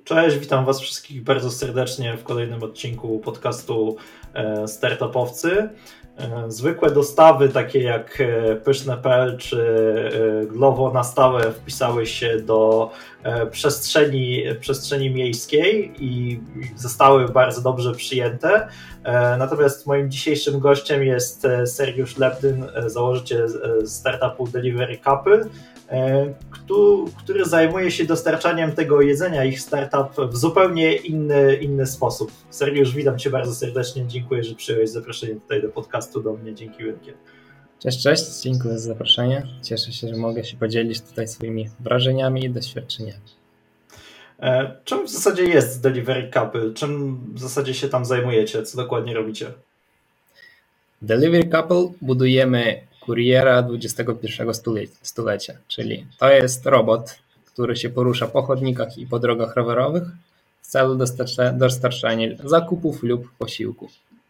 Cześć, witam Was wszystkich bardzo serdecznie w kolejnym odcinku podcastu Startupowcy. Zwykłe dostawy, takie jak Pyszne.pl czy Glovo na stałe wpisały się do przestrzeni miejskiej i zostały bardzo dobrze przyjęte. Natomiast moim dzisiejszym gościem jest Sergiusz Lepdyn, założyciel startupu Delivery Couple, który zajmuje się dostarczaniem tego jedzenia, ich startup w zupełnie inny sposób. Sergiusz, witam Cię bardzo serdecznie, dziękuję, że przyjąłeś zaproszenie tutaj do podcastu do mnie, dzięki wielkie. Cześć, dziękuję za zaproszenie. Cieszę się, że mogę się podzielić tutaj swoimi wrażeniami i doświadczeniami. Czym w zasadzie jest Delivery Couple? Czym w zasadzie się tam zajmujecie? Co dokładnie robicie? Delivery Couple budujemy kuriera XXI stulecia, czyli to jest robot, który się porusza po chodnikach i po drogach rowerowych w celu dostarczania zakupów lub posiłku.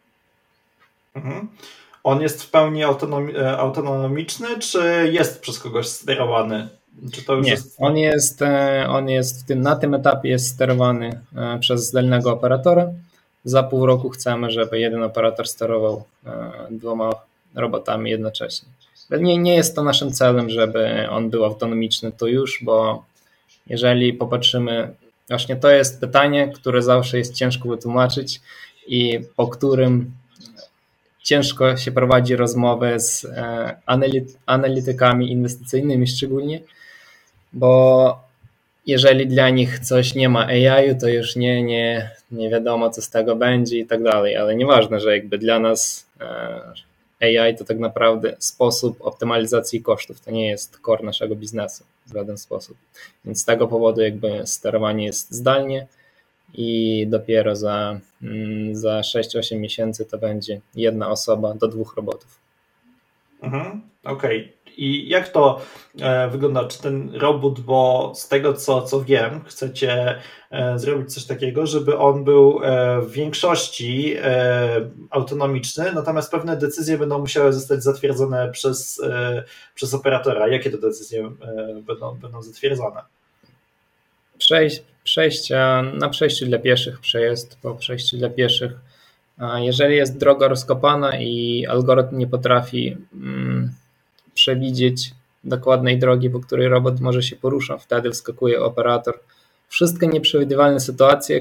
Mhm. On jest w pełni autonomiczny, czy jest przez kogoś sterowany? Czy to już Nie, jest... on jest na tym etapie jest sterowany przez zdalnego operatora. Za pół roku chcemy, żeby jeden operator sterował 2 robotami jednocześnie. Nie jest to naszym celem, żeby on był autonomiczny to już, bo jeżeli popatrzymy, właśnie to jest pytanie, które zawsze jest ciężko wytłumaczyć i po którym ciężko się prowadzi rozmowę z analitykami inwestycyjnymi szczególnie, bo jeżeli dla nich coś nie ma AI, to już nie wiadomo, co z tego będzie i tak dalej, ale nieważne, że jakby dla nas AI to tak naprawdę sposób optymalizacji kosztów, to nie jest core naszego biznesu w żaden sposób, więc z tego powodu jakby sterowanie jest zdalnie i dopiero za 6-8 miesięcy to będzie jedna osoba do 2 robotów. Okej. I jak to wygląda? Czy ten robot, bo z tego co wiem, chcecie zrobić coś takiego, żeby on był w większości autonomiczny, natomiast pewne decyzje będą musiały zostać zatwierdzone przez operatora. Jakie to decyzje będą zatwierdzone? Na przejściu dla pieszych, przejazd po przejściu dla pieszych. Jeżeli jest droga rozkopana i algorytm nie potrafi przewidzieć dokładnej drogi, po której robot może się porusza, wtedy wskakuje operator. Wszystkie nieprzewidywalne sytuacje,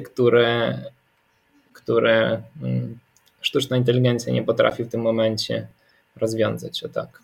które sztuczna inteligencja nie potrafi w tym momencie rozwiązać. O tak.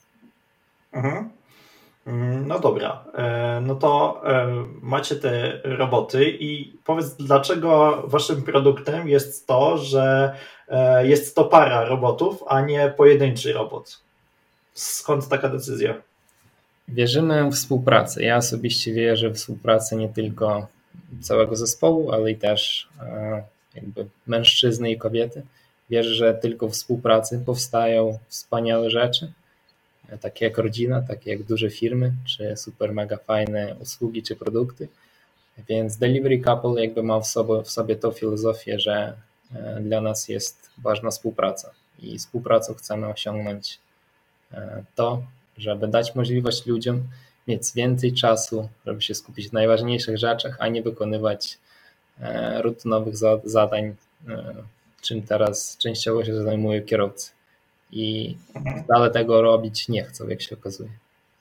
No dobra, no to macie te roboty i powiedz, dlaczego waszym produktem jest to, że jest to para robotów, a nie pojedynczy robot? Skąd taka decyzja? Wierzymy w współpracę. Ja osobiście wierzę w współpracę nie tylko całego zespołu, ale i też jakby mężczyzny i kobiety. Wierzę, że tylko w współpracy powstają wspaniałe rzeczy, takie jak rodzina, takie jak duże firmy, czy super mega fajne usługi, czy produkty. Więc Delivery Couple jakby ma w sobie tą filozofię, że dla nas jest ważna współpraca i współpracą chcemy osiągnąć to, żeby dać możliwość ludziom mieć więcej czasu, żeby się skupić na najważniejszych rzeczach, a nie wykonywać rutynowych zadań, czym teraz częściowo się zajmują kierowcy. I wcale tego robić nie chcą, jak się okazuje.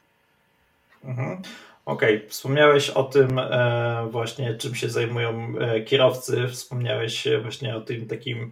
Okej, wspomniałeś o tym właśnie, czym się zajmują kierowcy, wspomniałeś właśnie o tym takim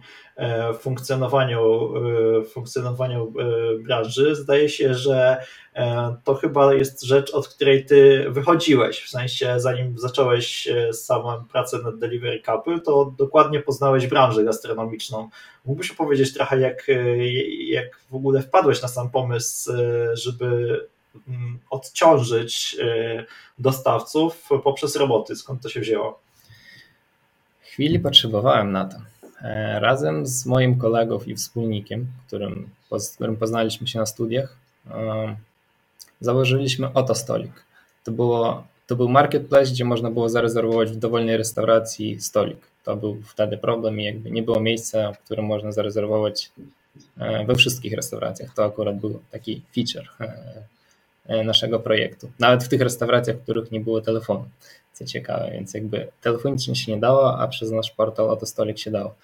funkcjonowaniu branży. Zdaje się, że to chyba jest rzecz, od której ty wychodziłeś, w sensie zanim zacząłeś samą pracę nad Delivery Couple, to dokładnie poznałeś branżę gastronomiczną. Mógłbyś opowiedzieć trochę, jak w ogóle wpadłeś na sam pomysł, żeby odciążyć dostawców poprzez roboty? Skąd to się wzięło? Chwili potrzebowałem na to. Razem z moim kolegą i wspólnikiem, z którym poznaliśmy się na studiach, założyliśmy Oto Stolik. To był marketplace, gdzie można było zarezerwować w dowolnej restauracji stolik. To był wtedy problem i jakby nie było miejsca, w którym można zarezerwować we wszystkich restauracjach. To akurat był taki feature naszego projektu. Nawet w tych restauracjach, w których nie było telefonu, co ciekawe, więc jakby telefonicznie się nie dało, a przez nasz portal Autostolik się dało.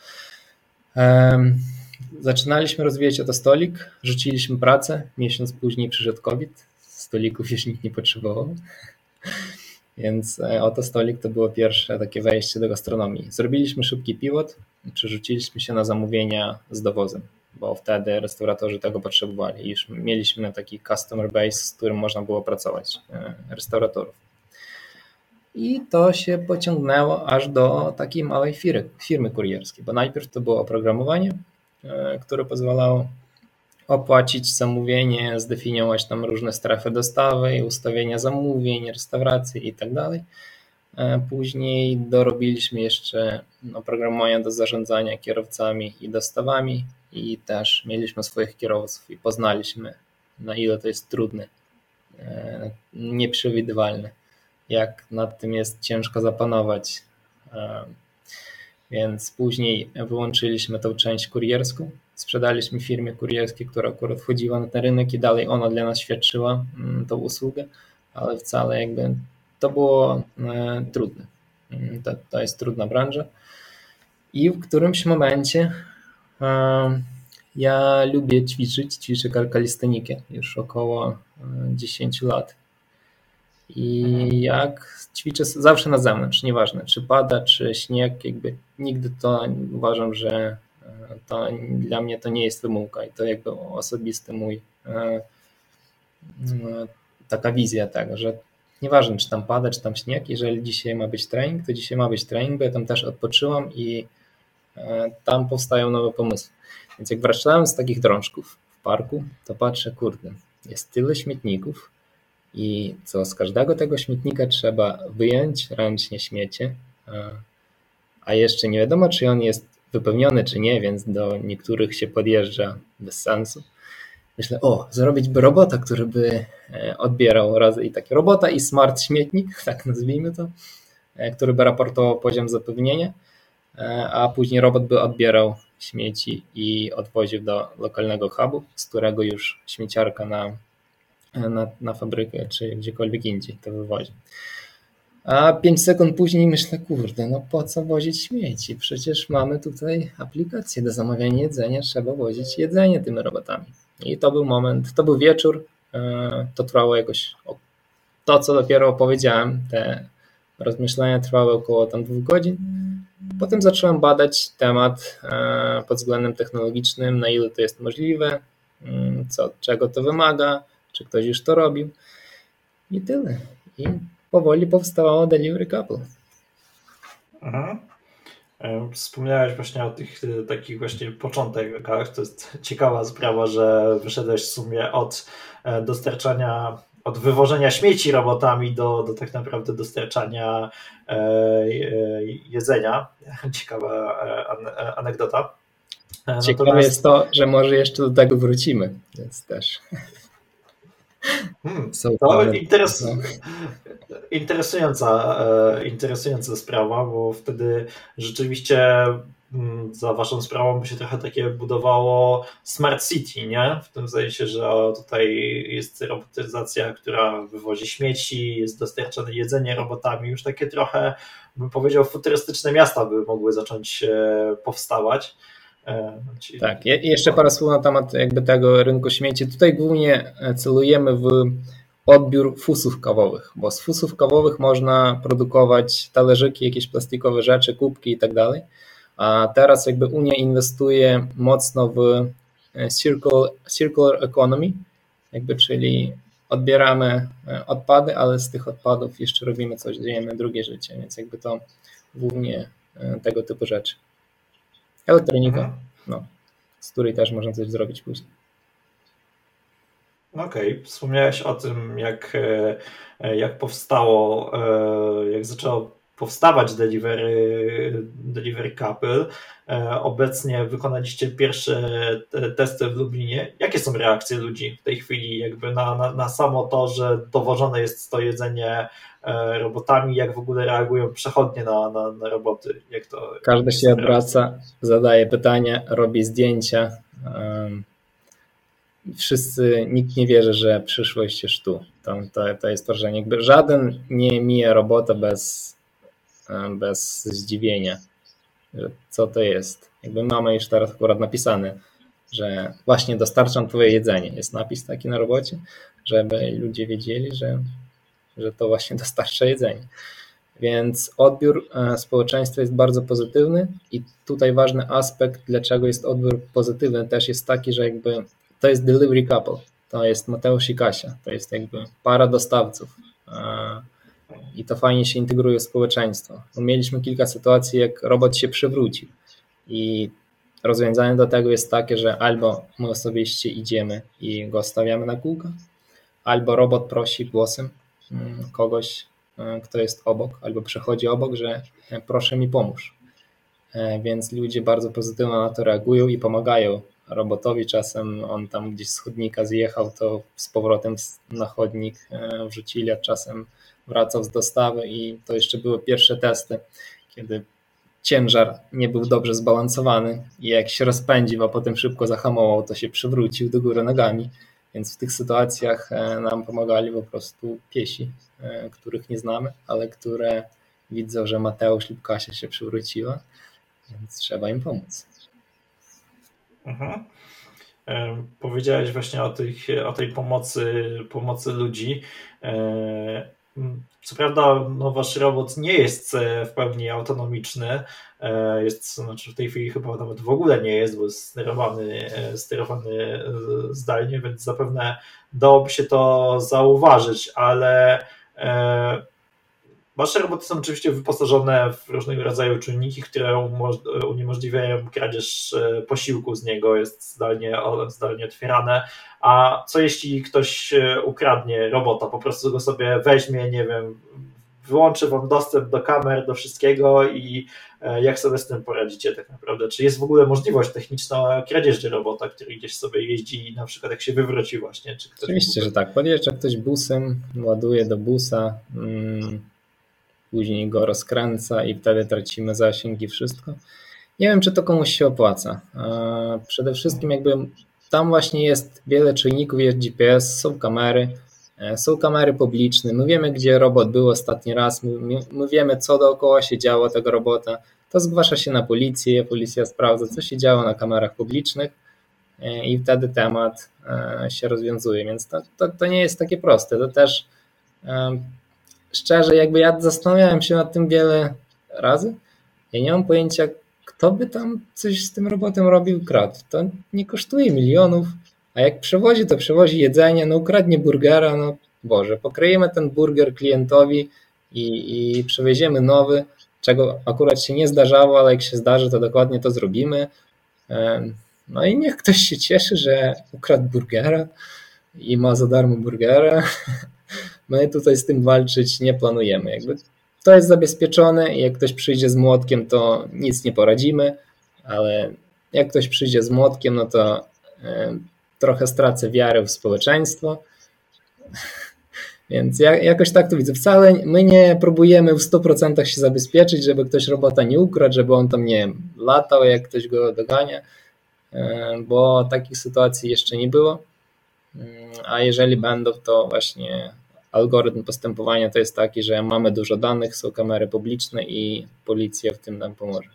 Zaczynaliśmy rozwijać Autostolik, rzuciliśmy pracę, miesiąc później przyszedł COVID, stolików już nikt nie potrzebował, więc Autostolik to było pierwsze takie wejście do gastronomii. Zrobiliśmy szybki pivot, przerzuciliśmy się na zamówienia z dowozem, bo wtedy restauratorzy tego potrzebowali i już mieliśmy taki customer base, z którym można było pracować, restauratorów. I to się pociągnęło aż do takiej małej firmy kurierskiej, bo najpierw to było oprogramowanie, które pozwalało opłacić zamówienie, zdefiniować tam różne strefy dostawy, ustawienia zamówień, restauracji i tak dalej. Później dorobiliśmy jeszcze oprogramowania do zarządzania kierowcami i dostawami i też mieliśmy swoich kierowców i poznaliśmy, na ile to jest trudne, nieprzewidywalne, jak nad tym jest ciężko zapanować. Więc później wyłączyliśmy tą część kurierską, sprzedaliśmy firmie kurierskiej, która akurat wchodziła na ten rynek i dalej ona dla nas świadczyła tą usługę, ale wcale jakby to było trudne. To jest trudna branża i w którymś momencie ja lubię ćwiczę kalistenikę już około 10 lat. I jak ćwiczę zawsze na zewnątrz, nieważne czy pada, czy śnieg, jakby nigdy to uważam, że to dla mnie to nie jest wymówka i to jakby osobisty mój taka wizja tego, że nieważne czy tam pada, czy tam śnieg, jeżeli dzisiaj ma być trening, to dzisiaj ma być trening, bo ja tam też odpoczyłam i tam powstają nowe pomysły. Więc jak wracałem z takich drążków w parku, to patrzę, kurde, jest tyle śmietników, i co z każdego tego śmietnika trzeba wyjąć ręcznie śmiecie, a jeszcze nie wiadomo, czy on jest wypełniony, czy nie, więc do niektórych się podjeżdża bez sensu. Myślę, zrobić by robota, który by odbierał razy i taki robota i smart śmietnik, tak nazwijmy to, który by raportował poziom zapełnienia, a później robot by odbierał śmieci i odwoził do lokalnego hubu, z którego już śmieciarka na fabrykę czy gdziekolwiek indziej to wywozi. A 5 sekund później myślę, kurde, no po co wozić śmieci? Przecież mamy tutaj aplikację do zamawiania jedzenia, trzeba wozić jedzenie tymi robotami. I to był moment, to był wieczór, to trwało jakoś, to co dopiero opowiedziałem, te rozmyślania trwały około tam 2 godzin. Potem zacząłem badać temat pod względem technologicznym, na ile to jest możliwe, czego to wymaga, czy ktoś już to robił i tyle. I powoli powstało Delivery Couple. Aha. Wspomniałeś właśnie o tych takich właśnie początkach. To jest ciekawa sprawa, że wyszedłeś w sumie od dostarczania, od wywożenia śmieci robotami do tak naprawdę dostarczania jedzenia. Ciekawa anegdota. Ciekawe jest to, że może jeszcze do tego wrócimy, więc też. To interesująca sprawa, bo wtedy rzeczywiście za waszą sprawą by się trochę takie budowało Smart City, nie? W tym sensie, że tutaj jest robotyzacja, która wywozi śmieci, jest dostarczane jedzenie robotami, już takie trochę, bym powiedział, futurystyczne miasta by mogły zacząć powstawać. Tak, jeszcze parę słów na temat jakby tego rynku śmieci. Tutaj głównie celujemy w odbiór fusów kawowych, bo z fusów kawowych można produkować talerzyki, jakieś plastikowe rzeczy, kubki i tak dalej. A teraz jakby Unia inwestuje mocno w circular economy, jakby czyli odbieramy odpady, ale z tych odpadów jeszcze robimy coś, dajemy drugie życie, więc jakby to głównie tego typu rzeczy. Elektronika, z której też można coś zrobić później. Okej, wspomniałeś o tym, jak powstało, jak zaczęło powstawać Delivery Couple. Obecnie wykonaliście pierwsze testy w Lublinie. Jakie są reakcje ludzi w tej chwili jakby na samo to, że dowożone jest to jedzenie robotami, jak w ogóle reagują przechodnie na roboty? Każdy się obraca, zadaje pytania, robi zdjęcia. Nikt nie wierzy, że przyszłość jest tu. To jest to, że jakby żaden nie mija robota bez zdziwienia, że co to jest. Jakby mamy już teraz akurat napisane, że właśnie dostarczam twoje jedzenie. Jest napis taki na robocie, żeby ludzie wiedzieli, że to właśnie dostarcza jedzenie. Więc odbiór społeczeństwa jest bardzo pozytywny i tutaj ważny aspekt, dlaczego jest odbiór pozytywny, też jest taki, że jakby to jest delivery couple, to jest Mateusz i Kasia, to jest jakby para dostawców i to fajnie się integruje w społeczeństwo. Mieliśmy kilka sytuacji, jak robot się przewrócił i rozwiązanie do tego jest takie, że albo my osobiście idziemy i go stawiamy na kółko, albo robot prosi głosem kogoś, kto jest obok, albo przechodzi obok, że proszę mi pomóż. Więc ludzie bardzo pozytywnie na to reagują i pomagają robotowi. Czasem on tam gdzieś z chodnika zjechał, to z powrotem na chodnik wrzucili, a czasem wracał z dostawy i to jeszcze były pierwsze testy, kiedy ciężar nie był dobrze zbalansowany i jak się rozpędził, a potem szybko zahamował, to się przywrócił do góry nogami. Więc w tych sytuacjach nam pomagali po prostu piesi, których nie znamy, ale które widzą, że Mateusz lub Kasia się przywróciła, więc trzeba im pomóc. Mhm. Powiedziałeś właśnie o tej pomocy ludzi. Co prawda wasz robot nie jest w pełni autonomiczny, znaczy w tej chwili chyba nawet w ogóle nie jest, bo jest sterowany zdalnie, więc zapewne dałoby się to zauważyć, ale wasze roboty są oczywiście wyposażone w różnego rodzaju czynniki, które uniemożliwiają kradzież posiłku z niego, jest zdalnie otwierane. A co jeśli ktoś ukradnie robota, po prostu go sobie weźmie, nie wiem, wyłączy wam dostęp do kamer, do wszystkiego i jak sobie z tym poradzicie tak naprawdę? Czy jest w ogóle możliwość techniczna kradzieży robota, który gdzieś sobie jeździ, na przykład jak się wywróci właśnie? Czy ktoś Oczywiście, że tak. Podjeżdża ktoś busem, ładuje do busa, później go rozkręca i wtedy tracimy zasięg i wszystko. Nie wiem, czy to komuś się opłaca. Przede wszystkim jakby tam właśnie jest wiele czujników, jest GPS, są kamery publiczne, my wiemy, gdzie robot był ostatni raz, my wiemy, co dookoła się działo tego robota, to zgłasza się na policję, policja sprawdza, co się działo na kamerach publicznych i wtedy temat się rozwiązuje, więc to nie jest takie proste, to też szczerze, jakby ja zastanawiałem się nad tym wiele razy. Ja nie mam pojęcia, kto by tam coś z tym robotem robił, kradł. To nie kosztuje milionów, a jak przewozi, to przewozi jedzenie, no ukradnie burgera, no Boże, pokryjemy ten burger klientowi i przewieziemy nowy, czego akurat się nie zdarzało, ale jak się zdarzy, to dokładnie to zrobimy. No i niech ktoś się cieszy, że ukradł burgera i ma za darmo burgera. My tutaj z tym walczyć nie planujemy. Jakby to jest zabezpieczone i jak ktoś przyjdzie z młotkiem, to nic nie poradzimy, ale jak ktoś przyjdzie z młotkiem, no to trochę stracę wiarę w społeczeństwo. Więc ja jakoś tak to widzę. Wcale my nie próbujemy w 100% się zabezpieczyć, żeby ktoś robota nie ukradł, żeby on tam nie latał, jak ktoś go dogania, bo takich sytuacji jeszcze nie było. A jeżeli będą, to właśnie algorytm postępowania to jest taki, że mamy dużo danych, są kamery publiczne i policja w tym nam pomoże.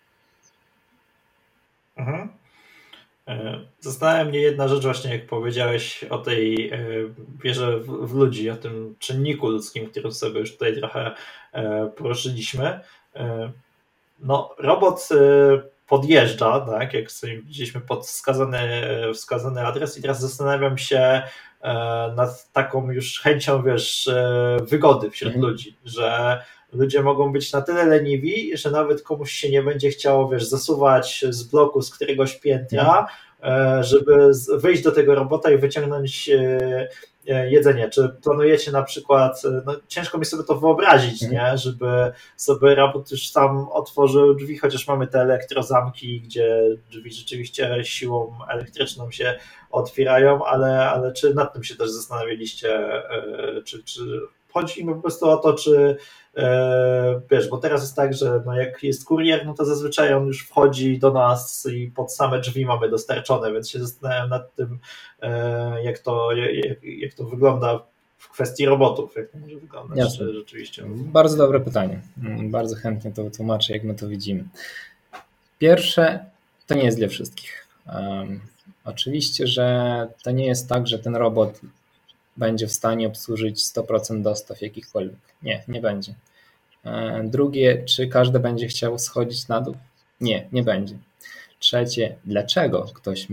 Mhm. Zastanawia mnie jedna rzecz właśnie, jak powiedziałeś o tej wierze w ludzi, o tym czynniku ludzkim, który sobie już tutaj trochę poruszyliśmy. No, robot podjeżdża, tak, jak sobie widzieliśmy pod wskazany adres i teraz zastanawiam się nad taką już chęcią, wiesz, wygody wśród ludzi, że ludzie mogą być na tyle leniwi, że nawet komuś się nie będzie chciało, wiesz, zasuwać z bloku z któregoś piętra, żeby wyjść do tego robota i wyciągnąć jedzenie. Czy planujecie na przykład, no ciężko mi sobie to wyobrazić, nie? Żeby sobie robot już sam otworzył drzwi, chociaż mamy te elektrozamki, gdzie drzwi rzeczywiście siłą elektryczną się otwierają, ale czy nad tym się też zastanawialiście, czy chodzi mi po prostu o to, czy wiesz, bo teraz jest tak, że no jak jest kurier, no to zazwyczaj on już wchodzi do nas i pod same drzwi mamy dostarczone, więc się zastanawiam nad tym, jak to wygląda w kwestii robotów, jak to może wyglądać. Jasne. Czy rzeczywiście. Bardzo dobre pytanie. Bardzo chętnie to wytłumaczę, jak my to widzimy. Pierwsze, to nie jest dla wszystkich. Oczywiście, że to nie jest tak, że ten robot będzie w stanie obsłużyć 100% dostaw jakichkolwiek. Nie będzie. Drugie, czy każdy będzie chciał schodzić na dół? Nie będzie. Trzecie, dlaczego ktoś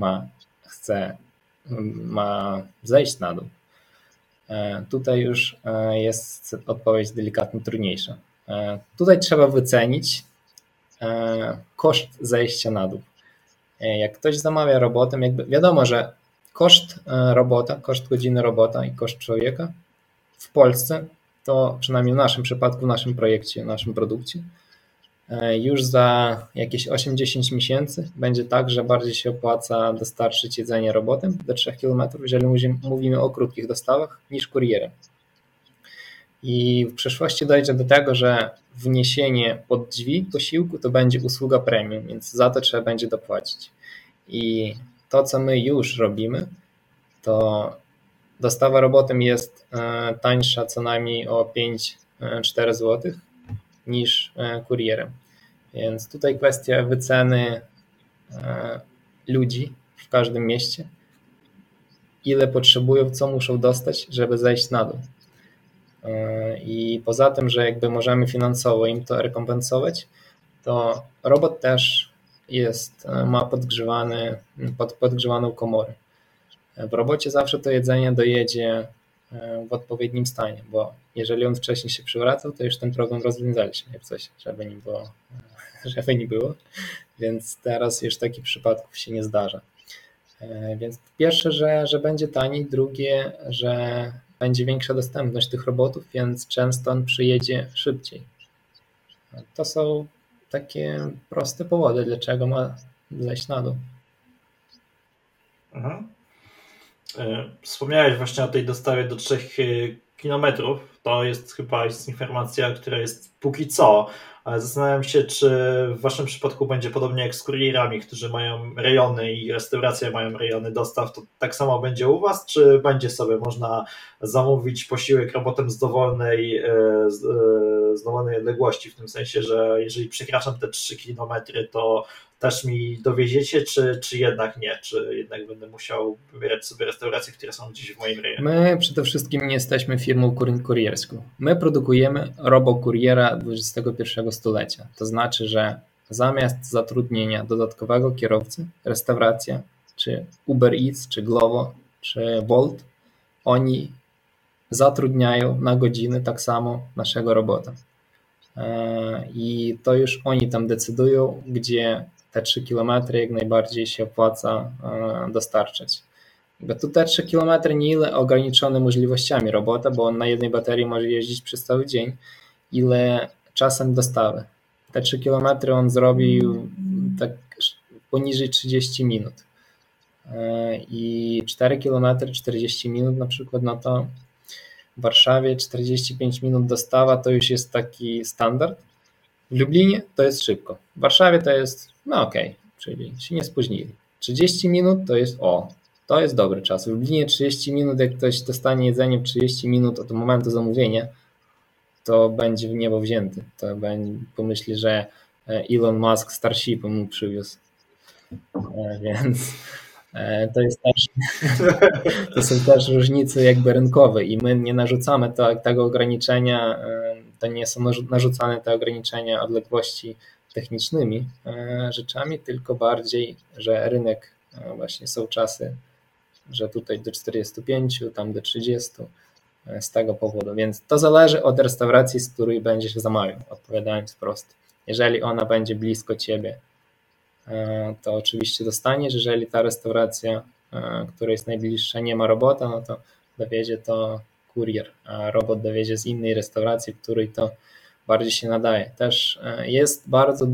ma zejść na dół? Tutaj już jest odpowiedź delikatnie trudniejsza. Tutaj trzeba wycenić koszt zejścia na dół. Jak ktoś zamawia robotem, jakby wiadomo, że koszt robota, koszt godziny robota i koszt człowieka w Polsce, to przynajmniej w naszym przypadku, w naszym projekcie, w naszym produkcie, już za jakieś 8-10 miesięcy będzie tak, że bardziej się opłaca dostarczyć jedzenie robotem do 3 km, jeżeli mówimy o krótkich dostawach, niż kurierem. I w przyszłości dojdzie do tego, że wniesienie pod drzwi posiłku to będzie usługa premium, więc za to trzeba będzie dopłacić. I to, co my już robimy, to dostawa robotem jest tańsza co najmniej o 5-4 zł niż kurierem. Więc tutaj kwestia wyceny ludzi w każdym mieście, ile potrzebują, co muszą dostać, żeby zejść na dół. I poza tym, że jakby możemy finansowo im to rekompensować, to robot też ma podgrzewaną komorę. W robocie zawsze to jedzenie dojedzie w odpowiednim stanie, bo jeżeli on wcześniej się przywracał, to już ten problem rozwiązaliśmy, jak coś, żeby nie było, więc teraz już takich przypadków się nie zdarza. Więc pierwsze, że będzie taniej, drugie, że będzie większa dostępność tych robotów, więc często on przyjedzie szybciej. To są takie proste powody, dlaczego ma zejść na dół. Mhm. Wspomniałeś właśnie o tej dostawie do 3 km. To jest chyba informacja, która jest póki co, ale zastanawiam się, czy w waszym przypadku będzie podobnie jak z kurierami, którzy mają rejony i restauracje mają rejony dostaw, to tak samo będzie u was, czy będzie sobie można zamówić posiłek robotem z dowolnej odległości, w tym sensie, że jeżeli przekraczam te 3 km, to też mi dowieziecie, czy jednak nie? Czy jednak będę musiał wybierać sobie restauracje, które są gdzieś w moim rejonie? My przede wszystkim nie jesteśmy firmą kurierską. My produkujemy robokuriera XXI stulecia. To znaczy, że zamiast zatrudnienia dodatkowego kierowcy, restauracja, czy Uber Eats, czy Glovo, czy Bolt, oni zatrudniają na godziny tak samo naszego robota. I to już oni tam decydują, gdzie te 3 km jak najbardziej się opłaca dostarczać. Bo tu te 3 km nie ile ograniczone możliwościami robota, bo on na jednej baterii może jeździć przez cały dzień, ile czasem dostawy. Te 3 km on zrobił tak poniżej 30 minut. I 4 km 40 minut na przykład, no to w Warszawie 45 minut dostawa to już jest taki standard. W Lublinie to jest szybko. W Warszawie to jest okej, czyli się nie spóźnili. 30 minut to jest dobry czas. W Lublinie 30 minut, jak ktoś dostanie jedzenie w 30 minut od momentu zamówienia, to będzie w niebo wzięty. To pomyśli, że Elon Musk Starshipem mu przywiózł. Więc to są też różnice jakby rynkowe i my nie narzucamy tego ograniczenia, to nie są narzucane te ograniczenia odległości technicznymi rzeczami, tylko bardziej, że rynek, właśnie są czasy, że tutaj do 45, tam do 30 z tego powodu, więc to zależy od restauracji, z której będzie się zamawiał, odpowiadając prosto. Jeżeli ona będzie blisko ciebie, to oczywiście dostaniesz, jeżeli ta restauracja, która jest najbliższa, nie ma robota, no to dowiezie to kurier, a robot dowiezie z innej restauracji, w której to bardziej się nadaje. Też jest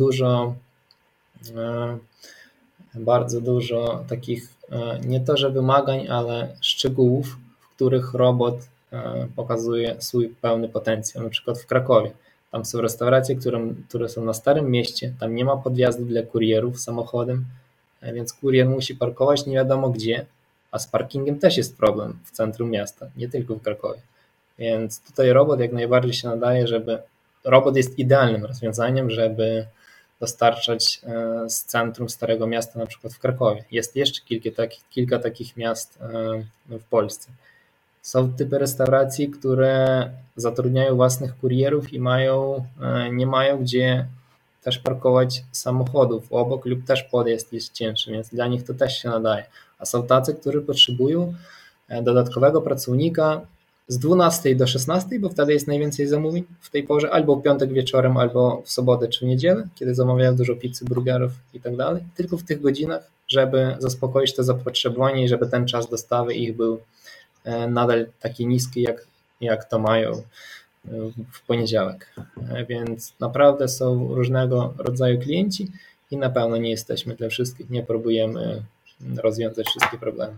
bardzo dużo takich, nie to że wymagań, ale szczegółów, w których robot pokazuje swój pełny potencjał. Na przykład w Krakowie. Tam są restauracje, które są na Starym Mieście, tam nie ma podjazdu dla kurierów samochodem, więc kurier musi parkować nie wiadomo gdzie, a z parkingiem też jest problem w centrum miasta, nie tylko w Krakowie. Więc tutaj robot jak najbardziej się nadaje, robot jest idealnym rozwiązaniem, żeby dostarczać z centrum Starego Miasta, na przykład w Krakowie. Jest jeszcze kilka takich miast w Polsce. Są typy restauracji, które zatrudniają własnych kurierów i nie mają gdzie też parkować samochodów obok lub też podjazd jest cięższy, więc dla nich to też się nadaje. A są tacy, którzy potrzebują dodatkowego pracownika z 12 do 16, bo wtedy jest najwięcej zamówień w tej porze, albo w piątek wieczorem, albo w sobotę czy w niedzielę, kiedy zamawiają dużo pizzy, burgerów i tak dalej, tylko w tych godzinach, żeby zaspokoić to zapotrzebowanie i żeby ten czas dostawy ich był nadal taki niski, jak to mają w poniedziałek. Więc naprawdę są różnego rodzaju klienci i na pewno nie jesteśmy dla wszystkich, nie próbujemy rozwiązać wszystkie problemy.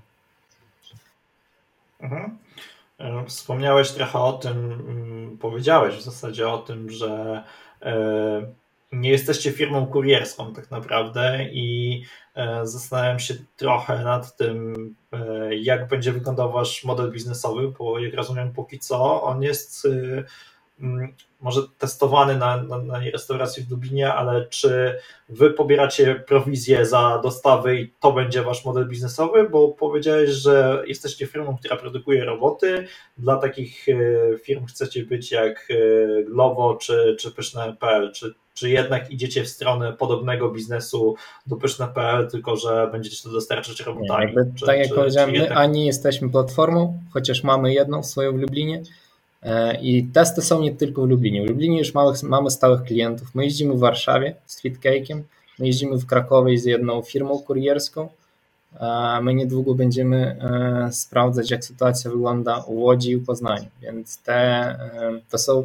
Mhm. Wspomniałeś trochę o tym, powiedziałeś w zasadzie o tym, że nie jesteście firmą kurierską tak naprawdę i zastanawiam się trochę nad tym, jak będzie wyglądał wasz model biznesowy, bo jak rozumiem póki co on jest może testowany na restauracji w Lublinie, ale czy wy pobieracie prowizję za dostawy i to będzie wasz model biznesowy? Bo powiedziałeś, że jesteście firmą, która produkuje roboty. Dla takich firm chcecie być jak Glovo czy Pyszne.pl. Czy jednak idziecie w stronę podobnego biznesu do Pyszne.pl, tylko że będziecie to dostarczać robotami? Tak jak powiedziałem, my ani jesteśmy platformą, chociaż mamy jedną swoją w Lublinie, i testy są nie tylko w Lublinie. W Lublinie już mamy stałych klientów. My jeździmy w Warszawie z Fitcake'iem, my jeździmy w Krakowie z jedną firmą kurierską. My niedługo będziemy sprawdzać, jak sytuacja wygląda w Łodzi i w Poznaniu. Więc to są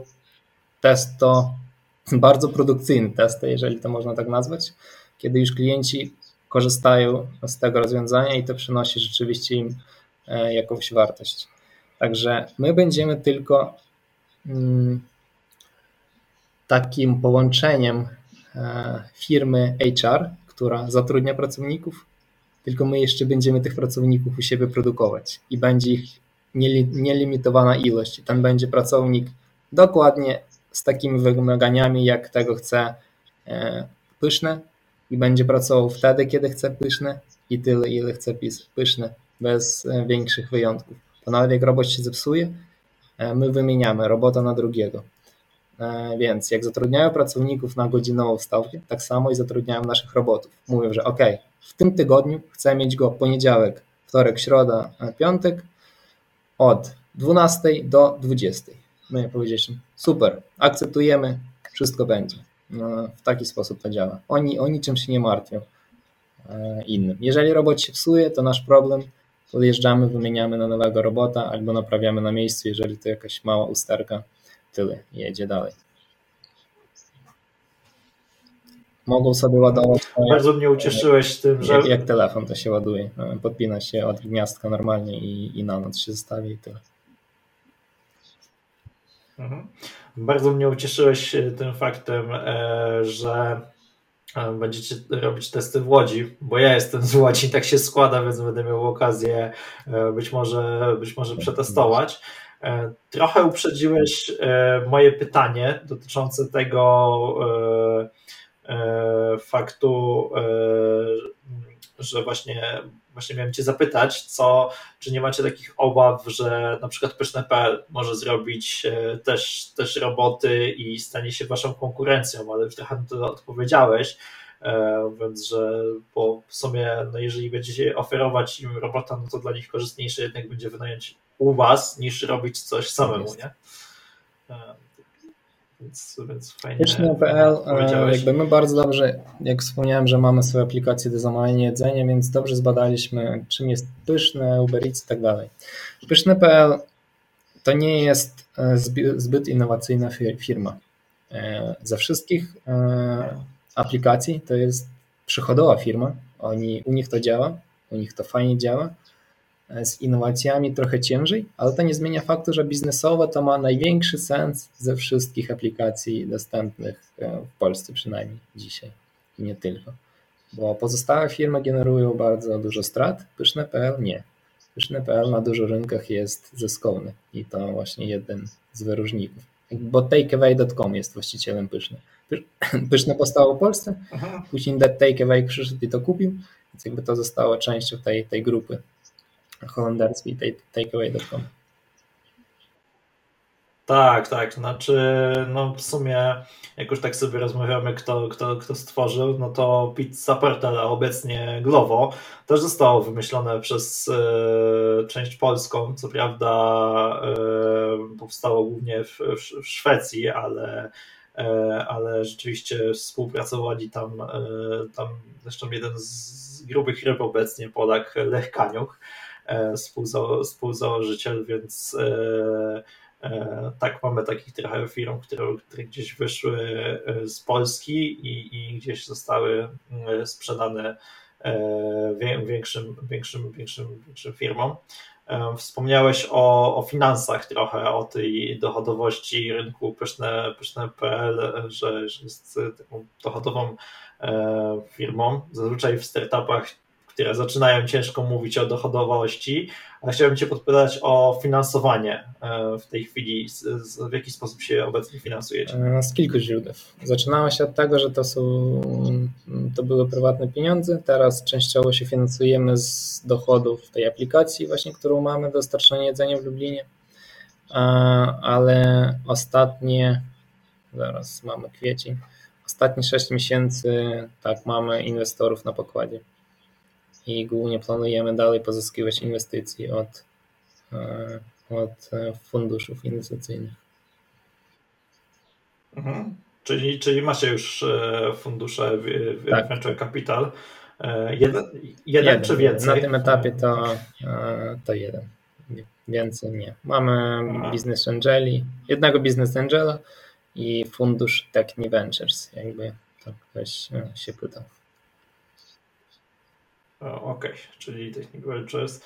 bardzo produkcyjne testy, jeżeli to można tak nazwać, kiedy już klienci korzystają z tego rozwiązania i to przynosi rzeczywiście im jakąś wartość. Także my będziemy tylko takim połączeniem firmy HR, która zatrudnia pracowników, tylko my jeszcze będziemy tych pracowników u siebie produkować i będzie ich nielimitowana ilość. Ten będzie pracownik dokładnie z takimi wymaganiami, jak tego chce Pyszne i będzie pracował wtedy, kiedy chce Pyszne i tyle, ile chce Pyszne, bez większych wyjątków. To nawet jak robot się zepsuje, my wymieniamy robota na drugiego. Więc jak zatrudniają pracowników na godzinową stawkę, tak samo i zatrudniają naszych robotów. Mówią, że ok, w tym tygodniu chcę mieć go poniedziałek, wtorek, środa, piątek od 12 do 20. My powiedzieliśmy, super, akceptujemy, wszystko będzie. W taki sposób to działa. Oni o niczym się nie martwią innym. Jeżeli robot się psuje, to nasz problem, podjeżdżamy, wymieniamy na nowego robota albo naprawiamy na miejscu, jeżeli to jakaś mała usterka, tyle, jedzie dalej. Mogą sobie ładować. Bardzo mnie ucieszyłeś tym, że... Jak telefon to się ładuje. Podpina się od gniazdka normalnie i na noc się zostawi i tyle. Bardzo mnie ucieszyłeś tym faktem, że będziecie robić testy w Łodzi, bo ja jestem z Łodzi, tak się składa, więc będę miał okazję być może przetestować. Trochę uprzedziłeś moje pytanie dotyczące tego faktu, że właśnie miałem cię zapytać, czy nie macie takich obaw, że na przykład Pyszne.pl może zrobić też roboty i stanie się waszą konkurencją, ale już trochę na to odpowiedziałeś, więc bo w sumie jeżeli będziecie oferować im robota, no to dla nich korzystniejsze jednak będzie wynająć u was, niż robić coś samemu, nie? Więc fajnie. Pyszne.pl, jakby my bardzo dobrze, jak wspomniałem, że mamy swoją aplikację do zamawiania jedzenia, więc dobrze zbadaliśmy, czym jest Pyszne, Uber Eats i tak dalej. Pyszne.pl to nie jest zbyt innowacyjna firma. Ze wszystkich aplikacji to jest przychodowa firma, u nich to działa, u nich to fajnie działa. Z innowacjami trochę ciężej, ale to nie zmienia faktu, że biznesowo to ma największy sens ze wszystkich aplikacji dostępnych w Polsce przynajmniej dzisiaj i nie tylko. Bo pozostałe firmy generują bardzo dużo strat, Pyszne.pl nie. Pyszne.pl na dużo rynkach jest zyskowny i to właśnie jeden z wyróżników. Bo takeaway.com jest właścicielem Pyszne. Pyszne powstało w Polsce, później Takeaway przyszedł i to kupił, więc jakby to zostało częścią tej grupy holenderskiej, takeaway.com. Tak, znaczy no w sumie jak już tak sobie rozmawiamy kto stworzył, no to Pizza Portal, a obecnie Glovo też zostało wymyślone przez część polską, co prawda powstało głównie w Szwecji, ale rzeczywiście współpracowali tam zresztą jeden z grubych ryb obecnie, Polak Lech Kaniuch, współzałożyciel, więc tak, mamy takich trochę firm, które gdzieś wyszły z Polski i gdzieś zostały sprzedane większym firmom. Wspomniałeś o finansach trochę, o tej dochodowości rynku pyszne.pl, że jest taką dochodową firmą. Zazwyczaj w startupach, które zaczynają, ciężko mówić o dochodowości, ale chciałbym Cię podpytać o finansowanie w tej chwili. W jaki sposób się obecnie finansujecie? Z kilku źródeł. Zaczynało się od tego, że to były prywatne pieniądze. Teraz częściowo się finansujemy z dochodów tej aplikacji właśnie, którą mamy do dostarczania jedzenia w Lublinie, ale zaraz mamy kwiecień, ostatnie 6 miesięcy tak mamy inwestorów na pokładzie i głównie planujemy dalej pozyskiwać inwestycji od funduszów inwestycyjnych. Mhm. Czyli macie już fundusze tak. Venture Capital. Jeden czy więcej? Na tym etapie to jeden. Więcej nie. Mamy business angeli, jednego business angela i fundusz Techni Ventures, jakby to ktoś się pytał. Okej, czyli Techni Ventures.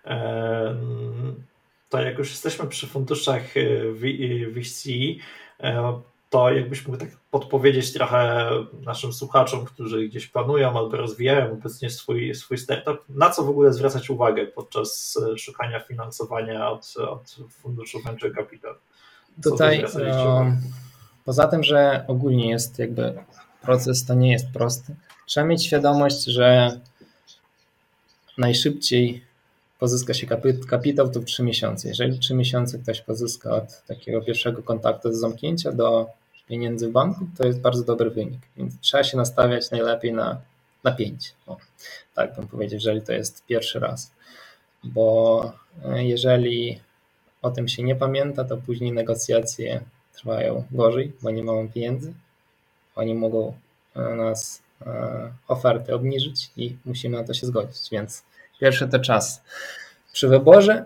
To jak już jesteśmy przy funduszach VC, to jakbyś mógł tak podpowiedzieć trochę naszym słuchaczom, którzy gdzieś planują albo rozwijają obecnie swój startup, na co w ogóle zwracać uwagę podczas szukania finansowania od funduszu Venture Capital? Tutaj poza tym, że ogólnie jest jakby proces, to nie jest prosty. Trzeba mieć świadomość, że najszybciej pozyska się kapitał to w 3 miesiące. Jeżeli 3 miesiące ktoś pozyska od takiego pierwszego kontaktu z zamknięcia do pieniędzy w banku, to jest bardzo dobry wynik. Więc trzeba się nastawiać najlepiej na 5. Tak bym powiedział, jeżeli to jest pierwszy raz. Bo jeżeli o tym się nie pamięta, to później negocjacje trwają gorzej, bo nie mamy pieniędzy. Oni mogą nas oferty obniżyć i musimy na to się zgodzić, więc pierwszy to czas. Przy wyborze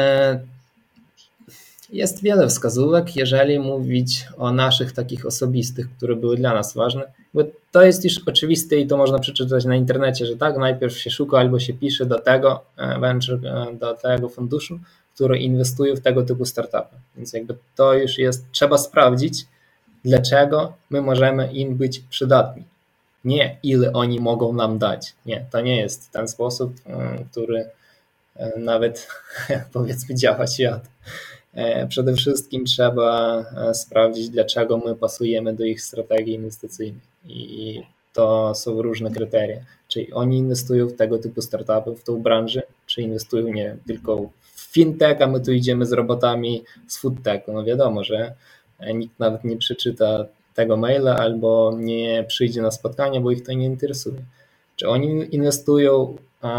jest wiele wskazówek, jeżeli mówić o naszych takich osobistych, które były dla nas ważne, bo to jest już oczywiste i to można przeczytać na internecie, że tak, najpierw się szuka albo się pisze do tego do tego funduszu, który inwestuje w tego typu startupy. Więc jakby to już jest, trzeba sprawdzić, dlaczego my możemy im być przydatni. Nie ile oni mogą nam dać. Nie, to nie jest ten sposób, który nawet powiedzmy działa świat. Przede wszystkim trzeba sprawdzić, dlaczego my pasujemy do ich strategii inwestycyjnej i to są różne kryteria. Czyli oni inwestują w tego typu startupy, w tą branżę, czy inwestują nie tylko w fintech, a my tu idziemy z robotami z foodtechu. No wiadomo, że nikt nawet nie przeczyta tego maila albo nie przyjdzie na spotkanie, bo ich to nie interesuje. Czy oni inwestują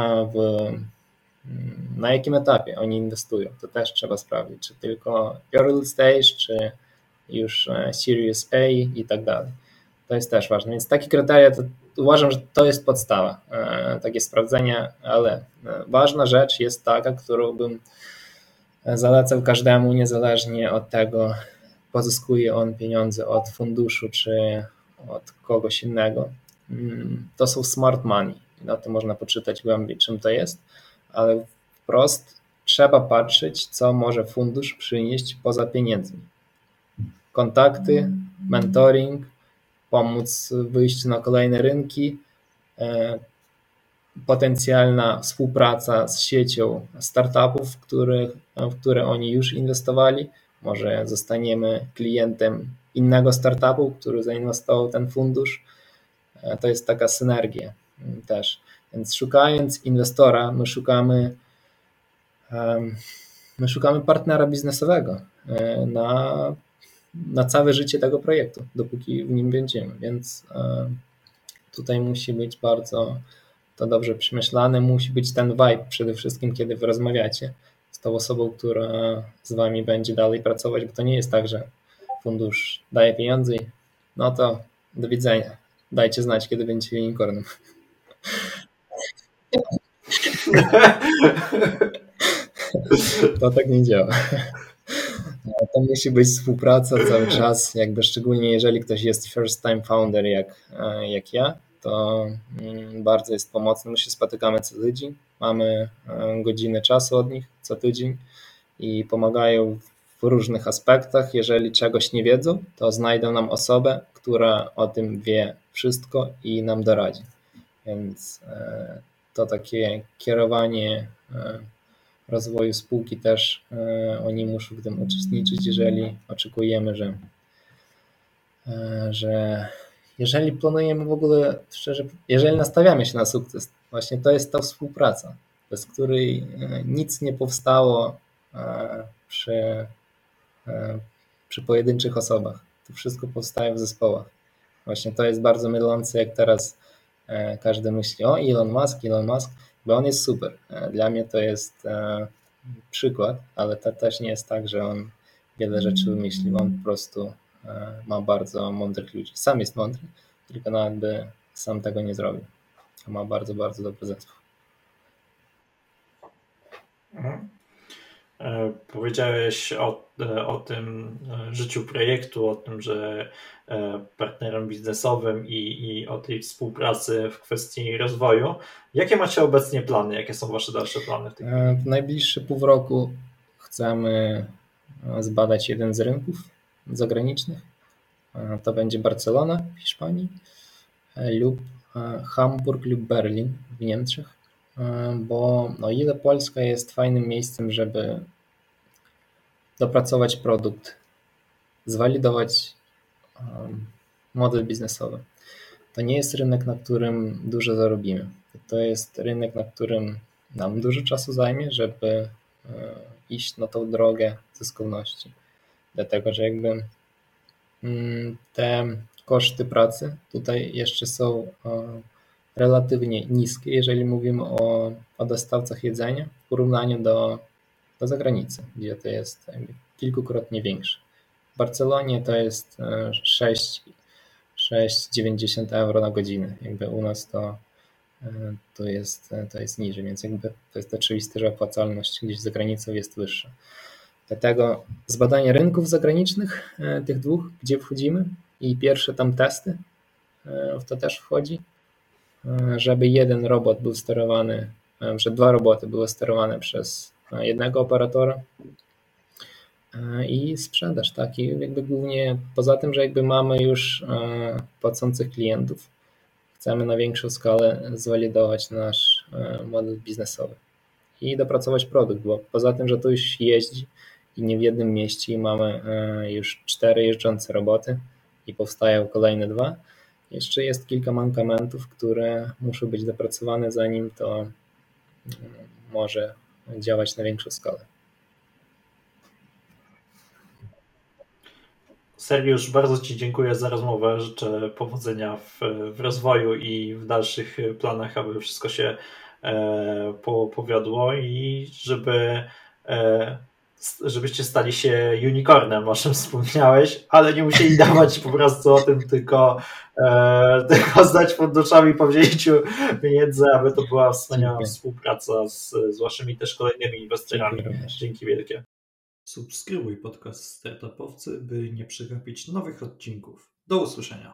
na jakim etapie oni inwestują? To też trzeba sprawdzić, czy tylko early stage, czy już Series A i tak dalej. To jest też ważne, więc takie kryteria to uważam, że to jest podstawa, takie sprawdzenie, ale ważna rzecz jest taka, którą bym zalecał każdemu, niezależnie od tego, pozyskuje on pieniądze od funduszu czy od kogoś innego. To są smart money. Na tym można poczytać głębiej, czym to jest, ale wprost trzeba patrzeć, co może fundusz przynieść poza pieniędzmi. Kontakty, mentoring, pomóc w wyjściu na kolejne rynki, potencjalna współpraca z siecią startupów, w które oni już inwestowali. Może zostaniemy klientem innego startupu, który zainwestował ten fundusz. To jest taka synergia też. Więc szukając inwestora, my szukamy partnera biznesowego na całe życie tego projektu, dopóki w nim będziemy. Więc tutaj musi być bardzo to dobrze przemyślane, musi być ten vibe przede wszystkim, kiedy wy rozmawiacie z tą osobą, która z wami będzie dalej pracować, bo to nie jest tak, że fundusz daje pieniądze i no to do widzenia. Dajcie znać, kiedy będziecie unicornem. To tak nie działa. To musi być współpraca cały czas, jakby szczególnie jeżeli ktoś jest first time founder jak ja, to bardzo jest pomocny. My się spotykamy co tydzień, mamy godzinę czasu od nich co tydzień i pomagają w różnych aspektach. Jeżeli czegoś nie wiedzą, to znajdą nam osobę, która o tym wie wszystko i nam doradzi. Więc to takie kierowanie rozwoju spółki też oni muszą w tym uczestniczyć, jeżeli oczekujemy, że jeżeli planujemy w ogóle, szczerze, jeżeli nastawiamy się na sukces, właśnie to jest ta współpraca, bez której nic nie powstało przy pojedynczych osobach. To wszystko powstaje w zespołach. Właśnie to jest bardzo mylące, jak teraz każdy myśli, o Elon Musk, bo on jest super. Dla mnie to jest przykład, ale to też nie jest tak, że on wiele rzeczy wymyślił. On po prostu ma bardzo mądrych ludzi. Sam jest mądry, tylko nawet by sam tego nie zrobił. Ma bardzo, bardzo dobry zespół. Powiedziałeś o tym życiu projektu, o tym, że partnerem biznesowym i o tej współpracy w kwestii rozwoju. Jakie macie obecnie plany? Jakie są wasze dalsze plany w tej chwili? W najbliższe pół roku chcemy zbadać jeden z rynków zagranicznych. To będzie Barcelona w Hiszpanii lub Hamburg lub Berlin w Niemczech, bo o ile Polska jest fajnym miejscem, żeby dopracować produkt, zwalidować model biznesowy, to nie jest rynek, na którym dużo zarobimy. To jest rynek, na którym nam dużo czasu zajmie, żeby iść na tą drogę zyskowności. Dlatego, że jakby te koszty pracy tutaj jeszcze są relatywnie niskie, jeżeli mówimy o dostawcach jedzenia w porównaniu do zagranicy, gdzie to jest kilkukrotnie większe. W Barcelonie to jest 6,90 euro na godzinę. Jakby u nas to jest niżej, więc jakby to jest oczywiste, że opłacalność gdzieś za granicą jest wyższa. Dlatego zbadanie rynków zagranicznych, tych dwóch, gdzie wchodzimy i pierwsze tam testy, w to też wchodzi, żeby jeden robot był sterowany, że 2 roboty były sterowane przez jednego operatora i sprzedaż, tak, i jakby głównie poza tym, że jakby mamy już płacących klientów, chcemy na większą skalę zwalidować nasz model biznesowy i dopracować produkt, bo poza tym, że to już jeździ i nie w jednym mieście i mamy już 4 jeżdżące roboty i powstają kolejne 2, jeszcze jest kilka mankamentów, które muszą być dopracowane, zanim to może działać na większą skalę. Sergiusz, bardzo ci dziękuję za rozmowę. Życzę powodzenia w rozwoju i w dalszych planach, aby wszystko się powiodło i żebyście stali się unicornem, o czym wspomniałeś, ale nie musieli dawać po prostu o tym, tylko zdać funduszami po wzięciu pieniędzy, aby to była wspaniała współpraca z waszymi też kolejnymi inwestorami. Dzięki wielkie. Subskrybuj podcast Startupowcy, by nie przegapić nowych odcinków. Do usłyszenia.